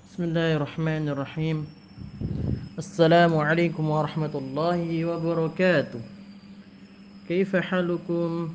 Bismillahirrahmanirrahim. Assalamualaikum warahmatullahi wabarakatuh. Kaifa halukum?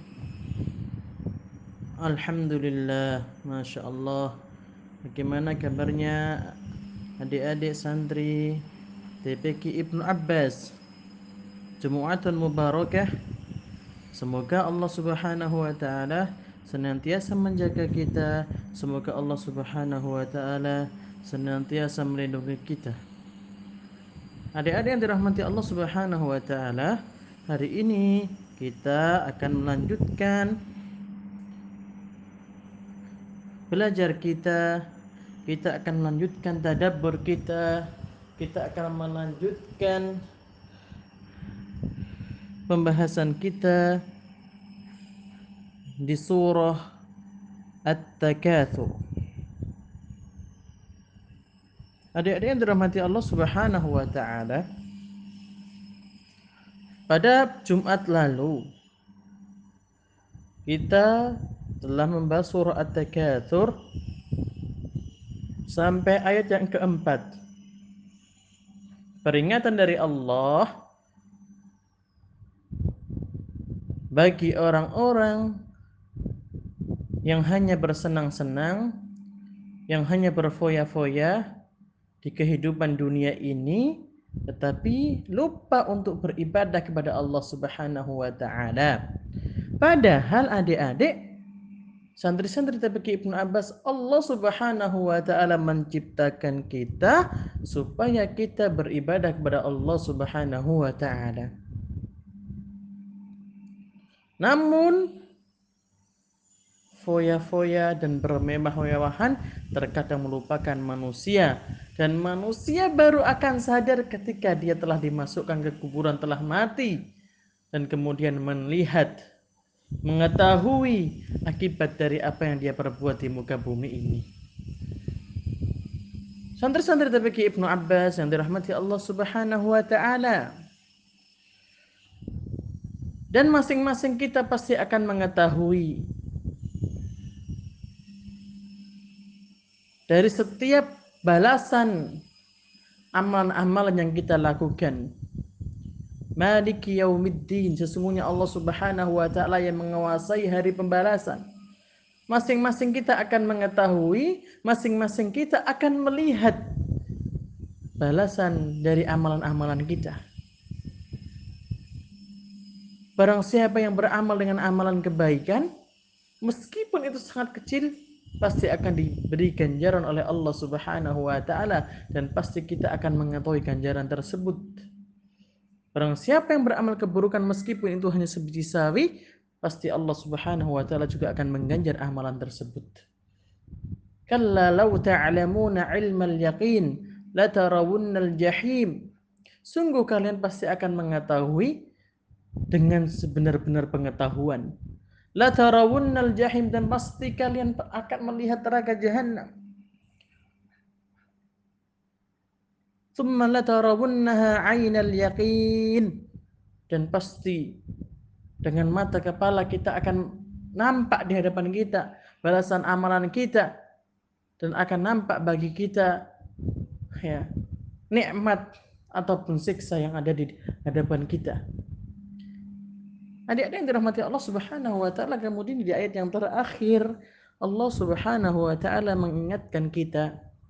Alhamdulillah, Masya Allah. Bagaimana kabarnya adik-adik santri TPQ Ibnu Abbas Jumu'atun Mubarakah? Semoga Allah Subhanahu wa taala senantiasa menjaga kita. Semoga Allah Subhanahu wa taala senantiasa melindungi kita. Adik-adik yang dirahmati Allah Subhanahu wa taala, hari ini kita akan melanjutkan belajar kita. Kita akan melanjutkan tadabbur kita. Kita akan melanjutkan pembahasan kita di surah At-Takatsur. Adik-adik yang dirahmati Allah Subhanahu wa taala, pada Jumat lalu kita telah membahas surah At-Takatsur sampai ayat yang keempat. Peringatan dari Allah bagi orang-orang yang hanya bersenang-senang, yang hanya berfoya-foya di kehidupan dunia ini, tetapi lupa untuk beribadah kepada Allah Subhanahu wa taala. Padahal adik-adik santri-santri TPQ Ibnu Abbas, Allah Subhanahu wa taala menciptakan kita supaya kita beribadah kepada Allah Subhanahu wa taala. Namun foya-foya dan bermewah-mewahan terkadang melupakan manusia, dan manusia baru akan sadar ketika dia telah dimasukkan ke kuburan, telah mati, dan kemudian melihat, mengetahui akibat dari apa yang dia perbuat di muka bumi ini. Santri-santri TPQ Ibnu Abbas yang dirahmati Allah Subhanahu wa taala, dan masing-masing kita pasti akan mengetahui dari setiap balasan amalan-amalan yang kita lakukan. Maliki yaumiddin, sesungguhnya Allah Subhanahu wa taala yang menguasai hari pembalasan. Masing-masing kita akan mengetahui, masing-masing kita akan melihat balasan dari amalan-amalan kita. Barang siapa yang beramal dengan amalan kebaikan, meskipun itu sangat kecil, pasti akan diberi ganjaran oleh Allah Subhanahu wa taala, dan pasti kita akan mengetahui ganjaran tersebut. Barang siapa yang beramal keburukan meskipun itu hanya sebiji sawi, pasti Allah Subhanahu wa taala juga akan mengganjar amalan tersebut. Kalla law ta'lamuna ilmal yaqin latarawunnal jahim. Sungguh kalian pasti akan mengetahui dengan sebenar-benar pengetahuan. Latarawunnal jahim, dan pasti kalian akan melihat neraka jahanam. Tsumma latarawunnaha 'ainal yaqin, dan pasti dengan mata kepala kita akan nampak di hadapan kita balasan amalan kita, dan akan nampak bagi kita ya nikmat ataupun siksa yang ada di hadapan kita. Adik-adik yang dirahmati Allah Subhanahu wa taala, kemudian di ayat yang terakhir Allah Subhanahu wa taala mengingatkan kita,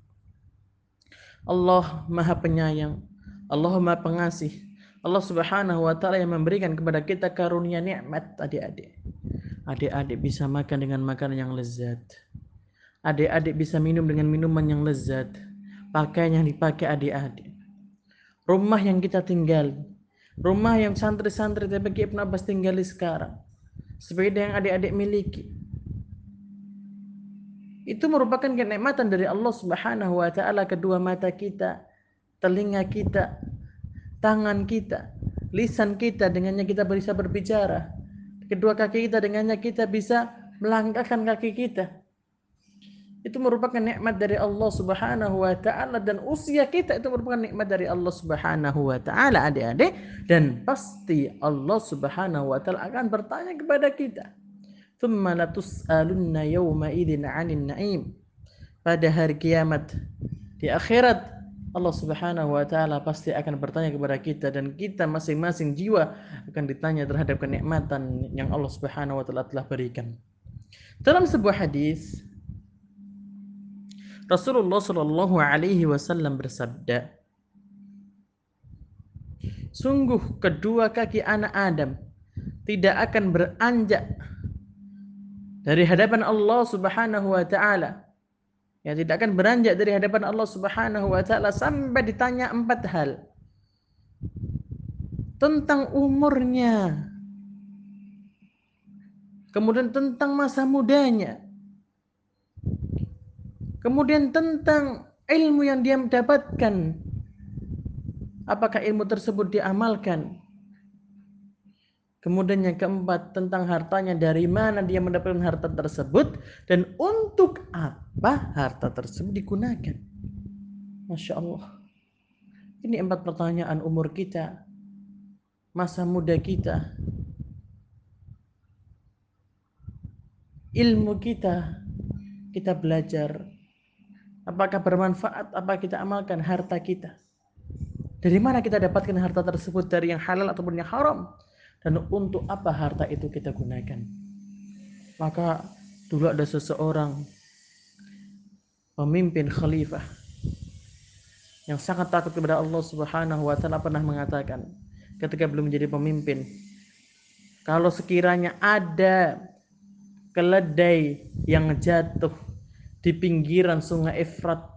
Allah Maha Penyayang, Allah Maha Pengasih. Allah Subhanahu wa taala yang memberikan kepada kita karunia nikmat. Adik-adik bisa makan dengan makanan yang lezat. Adik-adik bisa minum dengan minuman yang lezat. Pakaian yang dipakai adik-adik. Rumah yang kita tinggal, rumah yang santri-santri TPQ Ibnu Abbas tinggali sekarang, sepeda yang adik-adik miliki, itu merupakan kenikmatan dari Allah Subhanahu wa taala. Kedua mata kita, telinga kita, tangan kita, lisan kita, dengannya kita bisa berbicara. Kedua kaki kita, dengannya kita bisa melangkahkan kaki kita. Itu merupakan nikmat dari Allah Subhanahu wa taala, dan usia kita itu merupakan nikmat dari Allah Subhanahu wa taala, adik-adik, dan pasti Allah Subhanahu wa taala akan bertanya kepada kita. Tsumma latus'alunna yawma idzin 'anil na'im. Pada hari kiamat, di Di akhirat Allah Subhanahu wa taala pasti akan bertanya kepada kita, dan kita masing-masing jiwa akan ditanya terhadap kenikmatan yang Allah Subhanahu wa taala telah berikan. Dalam sebuah hadis Rasulullah Shallallahu alaihi wasallam bersabda, sungguh kedua kaki anak Adam tidak akan beranjak dari hadapan Allah Subhanahu wa taala. Ya, tidak akan beranjak dari hadapan Allah Subhanahu wa taala sampai ditanya 4 hal. Tentang umurnya, kemudian tentang masa mudanya, kemudian tentang ilmu yang dia dapatkan, apakah ilmu tersebut diamalkan. Kemudian yang keempat, tentang hartanya, dari mana dia mendapatkan harta tersebut dan untuk apa harta tersebut digunakan. Masya Allah. Ini 4 pertanyaan umur kita, masa muda kita, ilmu kita, kita belajar, apakah bermanfaat, apa kita amalkan, harta kita. Dari mana kita dapatkan harta tersebut, dari yang halal ataupun yang haram, dan untuk apa harta itu kita gunakan. Maka dulu ada seseorang pemimpin khalifah yang sangat takut kepada Allah Subhanahu wa taala, pernah mengatakan ketika belum menjadi pemimpin, kalau sekiranya ada keledai yang jatuh di pinggiran sungai Efrat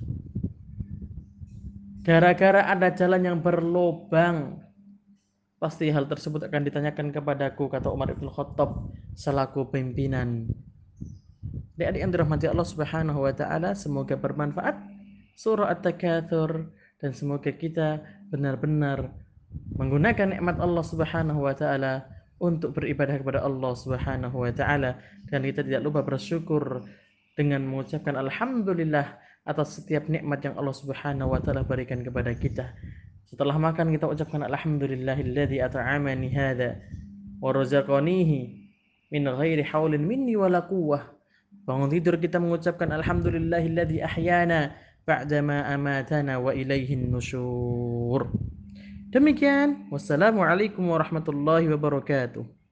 gara-gara ada jalan yang berlobang, pasti hal tersebut akan ditanyakan kepadaku, kata Umar ibn Khattab selaku pimpinan. Adik-adik yang dirahmati Allah Subhanahu wa taala, semoga bermanfaat surah At-Takatsur, dan semoga kita benar-benar menggunakan nikmat Allah Subhanahu wa taala untuk beribadah kepada Allah Subhanahu wa taala, dan kita tidak lupa bersyukur dengan mengucapkan alhamdulillah atas setiap nikmat yang Allah Subhanahu wa taala berikan kepada kita. Setelah makan kita ucapkan alhamdulillahilladzi at'amani hadza wa razaqanihi min ghairi haulin minni wala quwwah. Bangun tidur kita mengucapkan alhamdulillahilladzi ahyana ba'dama amatana wa ilaihin nusyur. Demikian, wassalamualaikum warahmatullahi wabarakatuh.